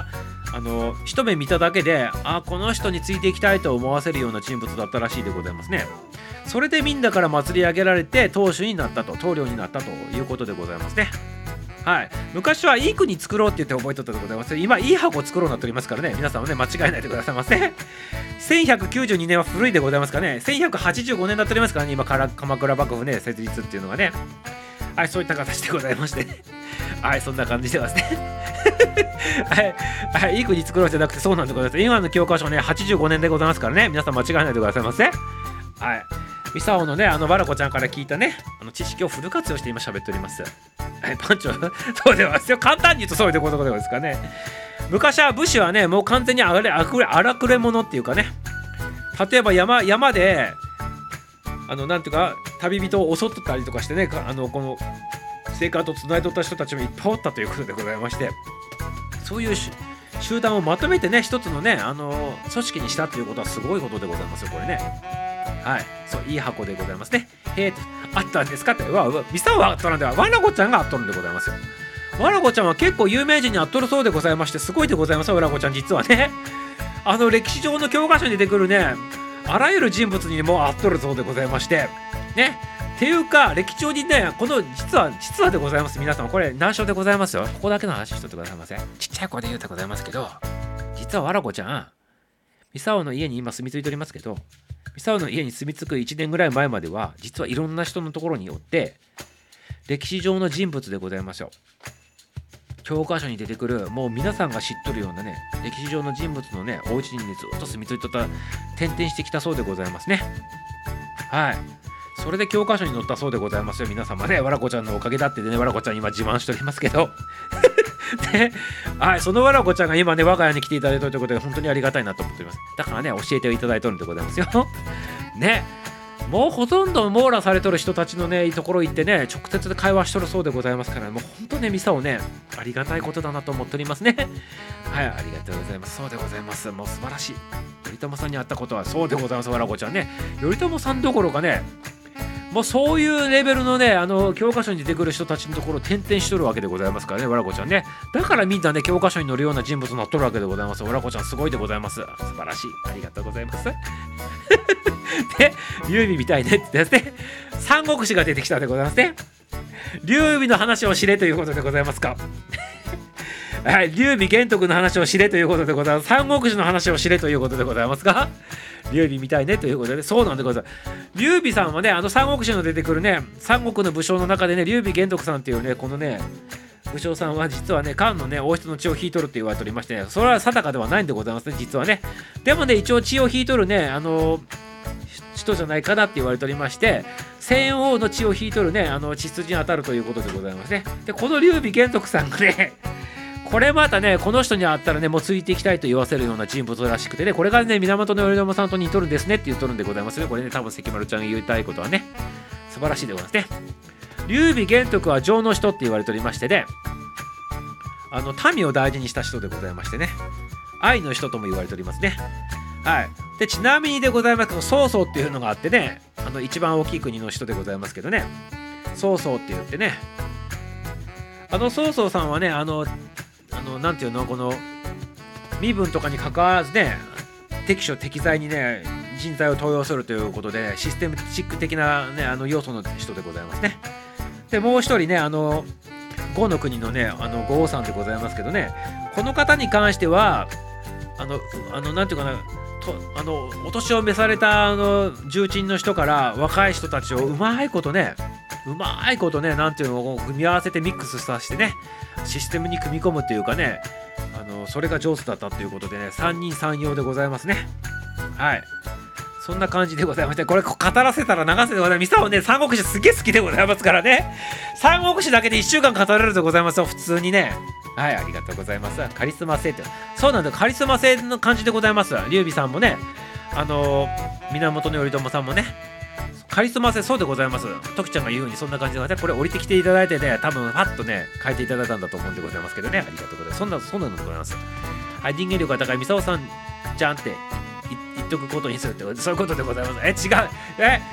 [SPEAKER 1] あの一目見ただけで、あこの人についていきたいと思わせるような人物だったらしいでございますね。それでみんなから祭り上げられて当主になったと、棟梁になったということでございますね。はい、昔はいい国作ろうって言って覚えとったでございます。今いい箱作ろうになっておりますからね、皆さんもね間違えないでくださいませ。せんひゃくきゅうじゅうにねんは古いでございますからね、せんひゃくはちじゅうごねんだっておりますからね、今から鎌倉幕府ね設立っていうのがね、はい、そういった形でございましてねはい、そんな感じでますねはい、はい、いい国作ろうじゃなくてそうなんでございます。今の教科書ねはちじゅうごねんでございますからね、皆さん間違えないでくださいませ。はい、ミサオのねあのバラコちゃんから聞いたねあの知識をフル活用して今喋っております。はい、パンチョそうではすよ、簡単に言うとそういうことですかね。昔は武士はねもう完全にあれあくれ荒くれ者っていうかね、例えば山山であのなんていうか旅人を襲ってたりとかしてね、あのこの生活をつないでおった人たちもいっぱいおったということでございまして、そういう集団をまとめてね一つのねあの組織にしたということはすごいことでございますよこれね。はい、そういい箱でございますね。へえあったんですかって、わわミサオはあったのではわなこちゃんがあっとるんでございますよ。わなこちゃんは結構有名人にあっとるそうでございまして、すごいでございますよわなこちゃん実はね。あの歴史上の教科書に出てくるねあらゆる人物にもあっとるそうでございましてね。っていうか歴史上にねこの実は実はでございます。皆さんこれ難所でございますよ。ここだけの話しとってくださいませ。ちっちゃい声で言うてございますけど、実はわらこちゃんミサオの家に今住み着いておりますけど、ミサオの家に住み着くいちねんぐらい前までは実はいろんな人のところによって歴史上の人物でございますよ。教科書に出てくるもう皆さんが知っとるようなね歴史上の人物のねお家に、ね、ずっと住み着いとった転々してきたそうでございますね。はい、それで教科書に載ったそうでございますよ皆様ね。わらこちゃんのおかげだってねわらこちゃん今自慢しておりますけどで、はい、そのわらこちゃんが今ね我が家に来ていただいたということで本当にありがたいなと思っております。だからね教えていただいとるんでございますよね。もうほとんど網羅されとる人たちのねところ行ってね直接で会話しとるそうでございますから、もう本当ねミサをねありがたいことだなと思っておりますね。はい、ありがとうございます。そうでございます。もう素晴らしい頼朝さんに会ったことはそうでございます。わらこちゃんね頼朝さんどころかねもうそういうレベルのねあの教科書に出てくる人たちのところを転々しとるわけでございますからねわらこちゃんね。だからみんなね教科書に載るような人物になっとるわけでございます。わらこちゃんすごいでございます。素晴らしい、ありがとうございますで劉備みたいねってですね三国志が出てきたでございますね。劉備の話を知れということでございますかはい、劉備玄徳の話を知れということでございます。三国志の話を知れということでございますが劉備みたいねということで、そうなんでございます。劉備さんはねあの三国志の出てくるね三国の武将の中でね劉備玄徳さんっていうねこのね武将さんは実はね漢のね王室の血を引いとるって言われておりまして、それは定かではないんでございますね実はね。でもね一応血を引いとるねあの人じゃないかなって言われておりまして、戦王の血を引いとるねあの血筋に当たるということでございますね。でこの劉備玄徳さんがねこれまたねこの人に会ったらねもうついていきたいと言わせるような人物らしくてね、これがね源頼朝さんと似とるんですねって言っとるんでございますね。これね多分関丸ちゃんが言いたいことはね素晴らしいでございますね。劉備玄徳は情の人って言われておりましてね、あの民を大事にした人でございましてね愛の人とも言われておりますね。はい、でちなみにでございますけど曹操っていうのがあってねあの一番大きい国の人でございますけどね、曹操って言ってねあの曹操さんはねあのあのなんていうのこの身分とかに関わらずね適所適材にね人材を登用するということでシステムチック的なねあの要素の人でございますね。でもう一人ねあの呉の国のねあの呉王さんでございますけどね、この方に関してはあのあのなんていうかなとあのお年を召されたあの重鎮の人から若い人たちをうまいことねうまいことねなんていうのを組み合わせてミックスさせてねシステムに組み込むというかねあのそれが上手だったということでね三人三様でございますね。はい、そんな感じでございまして、これ語らせたら流せでございます。ミサオね三国志すげえ好きでございますからね、三国志だけでいっしゅうかん語れるでございますよ普通にね。はい、ありがとうございます。カリスマ性ってそうなんだ、カリスマ性の感じでございます。劉備さんもねあのー、源頼朝さんもねカリスマ性そうでございます。時ちゃんが言うようにそんな感じでこれ降りてきていただいてね多分パッとね変えていただいたんだと思うんでございますけどね、ありがとうございます。そんなそんなのでございます。はい、人間力が高いミサオさんじゃんって言っとくことにするってそういうことでございます。え違うえ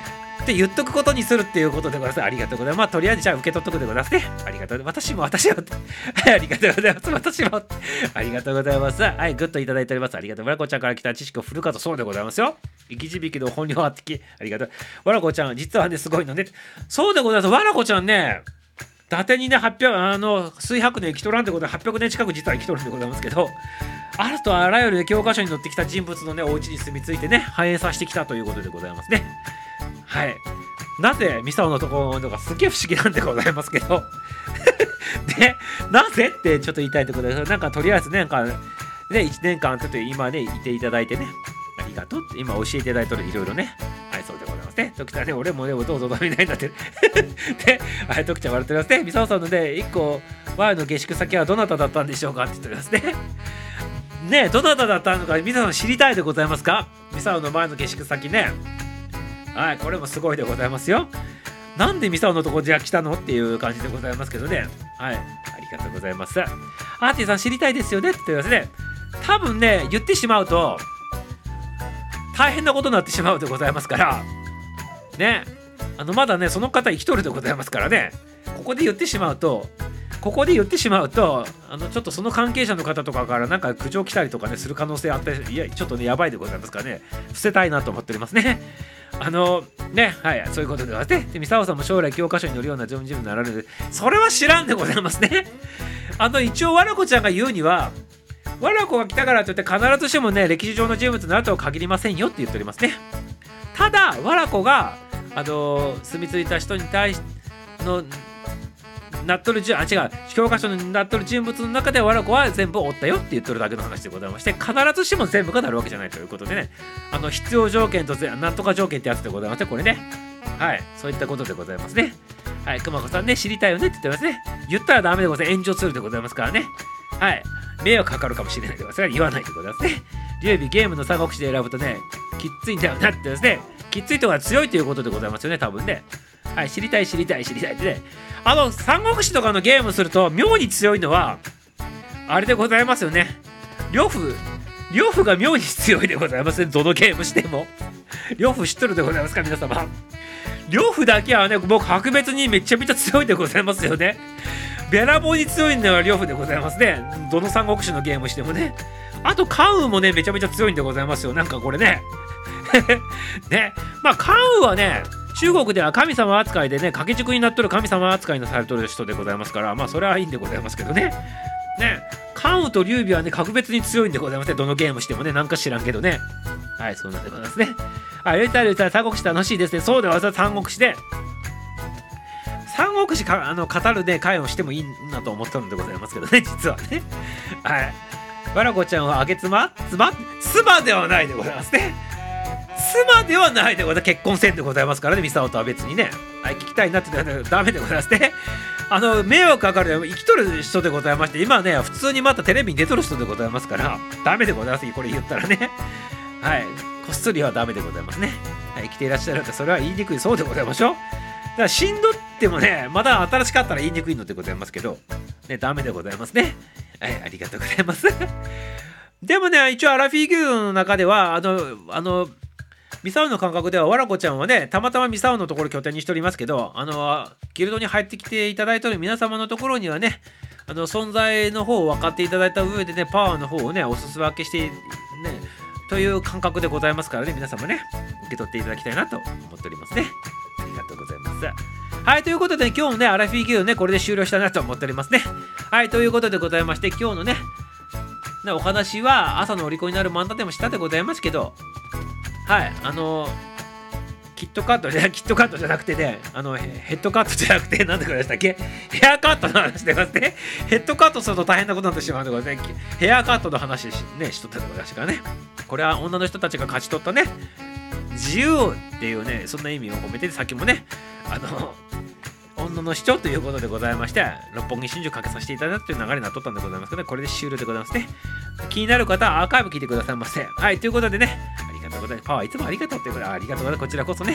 [SPEAKER 1] って言っとくことにするっていうことでございます。ありがとうございます。まあ、とりあえずじゃあ受け取っとくでございますね。ありがとう。私も、私も。はい、ありがとうございます。私も。ありがとうございます。はい、グッといただいております。ありがとう。わらこちゃんから来た知識を振るかとそうでございますよ。生き字引の本領発揮。ありがとう。わらこちゃん、実はね、すごいのね。そうでございます。わらこちゃんね、伊達にね、はっぴゃく、あの、数百年生きとらんってことではっぴゃくねん近く実は生きとるんでございますけど、あるとあらゆる教科書に載ってきた人物のね、お家に住み着いてね、反映させてきたということでございますね。はい。なぜミサオのところのがすげえ不思議なんでございますけど。で、なぜってちょっと言いたいところで、なんかとりあえずね、なんか、ね、いちねんかんちょっと今ね、いていただいてね、ありがとうって今教えていただいてるいろいろね。はい、そうでございますね。時たね、俺もね、どうぞどうぞみたいになってる。で、はい、徳ちゃん笑っておりますね。ミサオさんのね、いっこ、ワイの下宿先はどなただったんでしょうかって言っておりますね。ねえ、どなただったのか皆さん知りたいでございますか？ミサオの前の下宿先ね。はい、これもすごいでございますよ。なんでミサオのとこじゃ来たのっていう感じでございますけどね。はい、ありがとうございます。アーティさん知りたいですよねって言ってますね。多分ね、言ってしまうと大変なことになってしまうでございますからね。あのまだね、その方生きとるでございますからね。ここで言ってしまうとここで言ってしまうとあのちょっとその関係者の方とかからなんか苦情来たりとかねする可能性あって、いやちょっとねやばいでございますからね、伏せたいなと思っておりますね。あのね、はい、そういうことでございますね。で、ミサオさんも将来教科書に載るような常務事務になられる、それは知らんでございますね。あの一応わらこちゃんが言うには、わらこが来たからといって必ずしもね歴史上の人物になるとは限りませんよって言っておりますね。ただわらこがあの住み着いた人に対してのなっとるじあ違う教科書になっとる人物の中でわらこは全部おったよって言っとるだけの話でございまして、必ずしも全部がなるわけじゃないということでね、あの必要条件となんとか条件ってやつでございまして、これね、はい、そういったことでございますね。はい、くまこさんね、知りたいよねって言ってますね。言ったらダメでございます。炎上するでございますからね。はい、迷惑かかるかもしれないでございますが言わないでございますね。劉備ゲームの三国志で選ぶとね、きっついんだよなってですね、きっついとが強いということでございますよね、多分ね。はい、知りたい知りたい知りたいってね、あの三国志とかのゲームすると妙に強いのはあれでございますよね。呂布呂布が妙に強いでございますね。どのゲームしても呂布知っとるでございますか皆様。呂布だけはね、僕格別にめちゃめちゃ強いでございますよね。べらぼうに強いのは呂布でございますね。どの三国志のゲームしてもね。あと関羽もねめちゃめちゃ強いんでございますよ。なんかこれねね、まあ関羽はね中国では神様扱いでね、掛け軸になっとる神様扱いのされとる人でございますから、まあそれはいいんでございますけどね。ね、関羽と劉備はね格別に強いんでございますね。どのゲームしてもね、なんか知らんけどね。はい、そうなんでございますね。あ、やりたいやりたい、三国志楽しいですね。そうでは三国志で三国志かあの語るね会をしてもいいなと思ったのでございますけどね、実はね。はい、わらこちゃんはあげつまつま妻ではないでございますね。妻ではないでございます。結婚せんでございますからね、ミサオとは別にね。はい、聞きたいなって言ったらダメでございますね。あの迷惑かかる生きとる人でございまして、今ね普通にまたテレビに出とる人でございますからダメでございます。これ言ったらね、はい、こっそりはダメでございますね。はい、生きていらっしゃるってそれは言いにくいそうでございましょう。だから死んどってもね、まだ新しかったら言いにくいのでございますけどね、ダメでございますね。はい、ありがとうございますでもね、一応アラフィーギルドの中ではあのあのミサオの感覚ではわらこちゃんはね、たまたまミサオのところ拠点にしておりますけど、あのギルドに入ってきていただいている皆様のところにはね、あの存在の方を分かっていただいた上でね、パワーの方をねお裾分けしてねという感覚でございますからね、皆様ね受け取っていただきたいなと思っておりますね。ありがとうございます。はい、ということで今日のねアラフィーギルドねこれで終了したなと思っておりますね。はい、ということでございまして、今日のねお話は朝のお利口になる漫談でもしたでございますけど、はい、あのキットカットじゃキットカットじゃなくてね、あのヘッドカットじゃなくて何て言いましたっけ、ヘアカットの話でございますね。ヘッドカットすると大変なことになってしまうのでございますね。ヘアカットの話しねしとったでございましたからね。これは女の人たちが勝ち取ったね自由っていうね、そんな意味を込めてさっきもねあの女の主張ということでございまして、六本木真珠かけさせていただくという流れになっとったんでございますけど、ね、これで終了でございますね。気になる方はアーカイブ聞いてくださいませ。はい、ということでね、ありがとうございます。パワーいつもありがとうってことで、ありがとうございます。こちらこそね、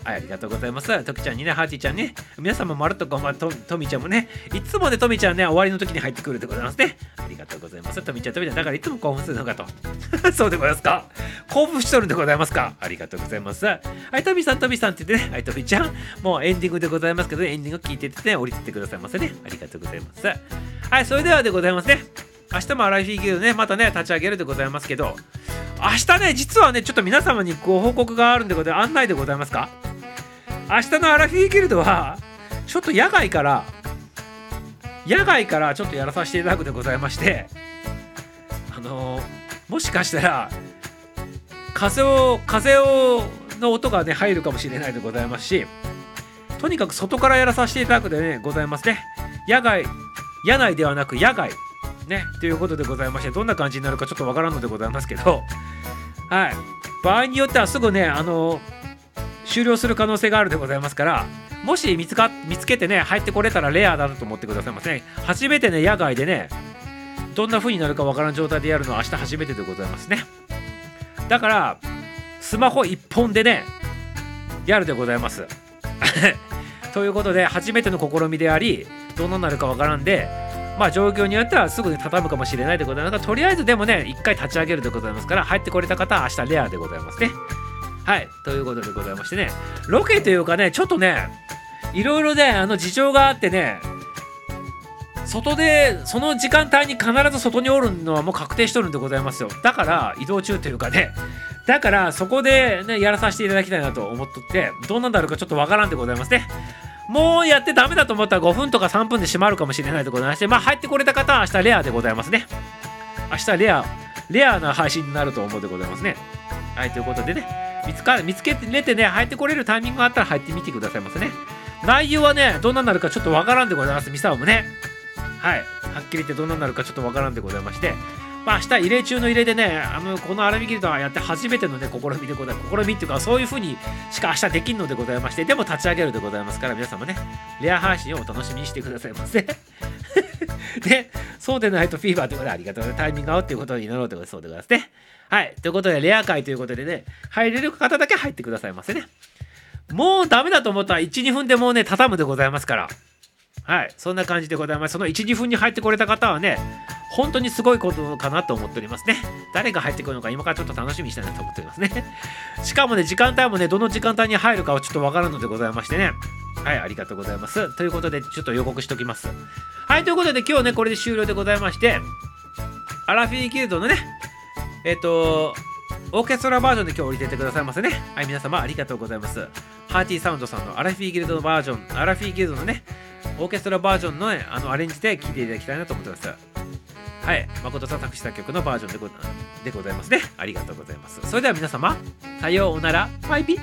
[SPEAKER 1] はい、ありがとうございます。ときちゃんにね、ハーティーちゃんね、皆様まるっとこんばんは。ととみちゃんもね、いつもね、とみちゃんね、終わりの時に入ってくるでございますね。ありがとうございます。とみちゃん、とみちゃん、だからいつも興奮するのかと。そうでございますか。興奮しとるんでございますか。ありがとうございます。はい、とみさん、とみさんって言ってね、はい、とみちゃん、もうエンディングでございますけど、エンディング聞いててね、降りてってくださいませね。ありがとうございます。はい、それではでございますね。明日もアラフィーギルドね、またね、立ち上げるでございますけど、明日ね、実はね、ちょっと皆様にご報告があるんでございます。案内でございますか。明日のアラフィーギルドは、ちょっと野外から、野外からちょっとやらさせていただくでございまして、あのー、もしかしたら、風を、風を、の音がね、入るかもしれないでございますし、とにかく外からやらさせていただくでね、ございますね。野外、野内ではなく野外。ね、ということでございまして、どんな感じになるかちょっとわからんのでございますけど、はい、場合によってはすぐね、あの終了する可能性があるでございますから、もし見つか見つけてね、入ってこれたらレアだと思ってくださいませね。初めてね、野外でね、どんな風になるかわからん状態でやるのは明日初めてでございますね。だから、スマホ一本でね、やるでございます。ということで、初めての試みであり、どんなになるかわからんで、まあ状況によってはすぐに畳むかもしれないでございますが、とりあえずでもね、一回立ち上げるでございますから、入ってこれた方は明日レアでございますね。はい、ということでございましてね、ロケというかね、ちょっとね、いろいろね、あの事情があってね、外で、その時間帯に必ず外におるのはもう確定しとるんでございますよ。だから移動中というかね、だからそこでね、やらさせていただきたいなと思っとって、どんなんなるかちょっとわからんでございますね。もうやってダメだと思ったらごふんとかさんぷんで閉まるかもしれないでございまして、まあ入ってこれた方は明日レアでございますね。明日レア、レアな配信になると思うでございますね。はい、ということでね、見つか見つけてね、入ってこれるタイミングがあったら入ってみてくださいませね。内容はね、どんなになるかちょっとわからんでございます、ミサオもね。はい、はっきり言ってどんなになるかちょっとわからんでございまして、まあ明日異例中の異例でね、あのこのアラビギルドはやって初めてのね試みでございます。試みっていうか、そういう風にしか明日できんのでございまして、でも立ち上げるでございますから、皆様ね、レア配信をお楽しみにしてくださいませ。で、そうでないとフィーバーということでありがとうございます。タイミング合うということになろうということでそうでございますね。はい、ということでレア会ということでね、入れる方だけ入ってくださいませね。もうダメだと思ったらいち、にふんでもうね、畳むでございますから。はい、そんな感じでございます。そのいち、にふんに入ってこれた方はね、本当にすごいことかなと思っておりますね。誰が入ってくるのか今からちょっと楽しみにしたいなと思っておりますね。しかもね、時間帯もね、どの時間帯に入るかはちょっとわからんのでございましてね。はい、ありがとうございます。ということで、ちょっと予告しておきます。はい、ということで今日ね、これで終了でございまして、アラフィーギルドのね、えっと、オーケストラバージョンで今日降りてってくださいませね。はい、皆様ありがとうございます。ハーティーサウンドさんのアラフィーギルドのバージョン、アラフィーギルドのね、オーケストラバージョンの、ね、あのアレンジで聴いていただきたいなと思ってます。はい、誠さん作詞作曲のバージョンで ご, でございますね。ありがとうございます。それでは皆様、さようなら、バイビー。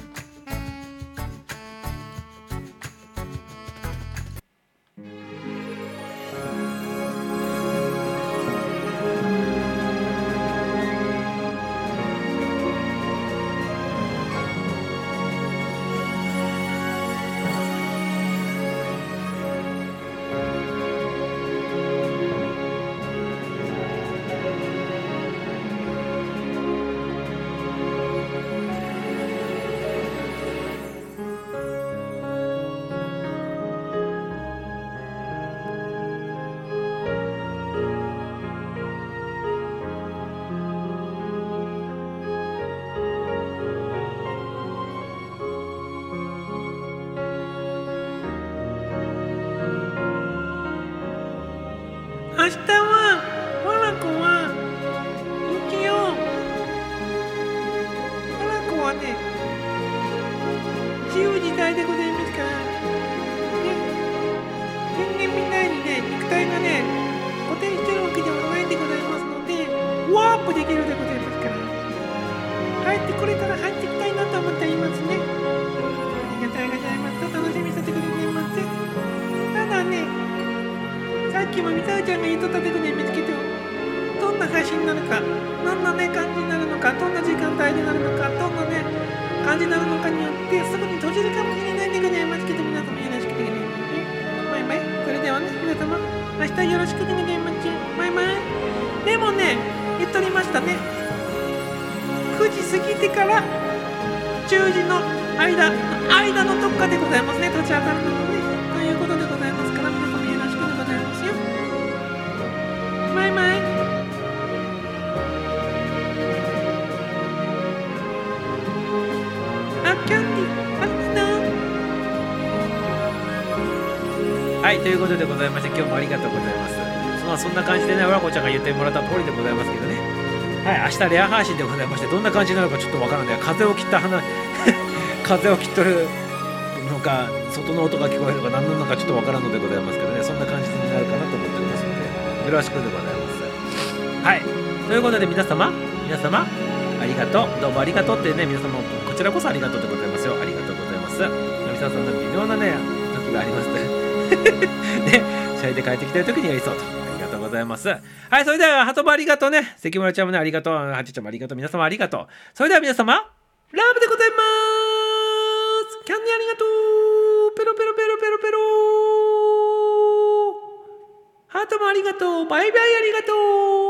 [SPEAKER 2] 明日はわらこは雪よ。わらこはね、自由自在でございますからね。人間みたいにね、肉体がね固定してるわけではないでございますので、ワープできるでございますから、入ってこれたら入っていきたいなと思っていますね。ありがとうございます。楽しみにさせてくれています。ただね、さっきもみさおちゃんが言っとったでございますけど、どんな配信になるか、どんなね感じになるのか、どんな時間帯になるのか、どんなね感じになるのかによってすぐに閉じるかもしれないでございますけど、皆様よろしくでございますね。バイバイ。それではね、皆様明日よろしくでございます。バイバイ。でもね、言っとりましたね、くじ過ぎてからじゅうじの
[SPEAKER 1] 間間のどっかでございますね、立ち上がるのもね。ということでございますから、皆様よろしくでございますよ。マイマイ。あ、キャンディー、ありがとう。はい、ということでございまして、今日もありがとうございます。まあそんな感じでね、わらこちゃんが言ってもらった通りでございますけどね。はい、明日レア配信でございまして、どんな感じになるかちょっとわからない。風を切った花風を切っとるのか、外の音が聞こえるのか何なのかちょっとわからんのでございますけどね、そんな感じになるかなと思っておりますので、よろしくでございます。はい、ということで皆様皆様ありがとう、どうもありがとうってね、皆様こちらこそありがとうでございますよ。ありがとうございます。皆さんの微妙なね時がありますねね、試合で帰ってきたい時にやりそうと。ありがとうございます。はい、それではハトもありがとうね、関村ちゃんもねありがとう、ハチちゃんもありがとう、皆様ありがとう。それでは皆様ラブでございます。キャンディーありがとう、ペロペロペロペロペロ。ハートもありがとう、バイバイありがとう。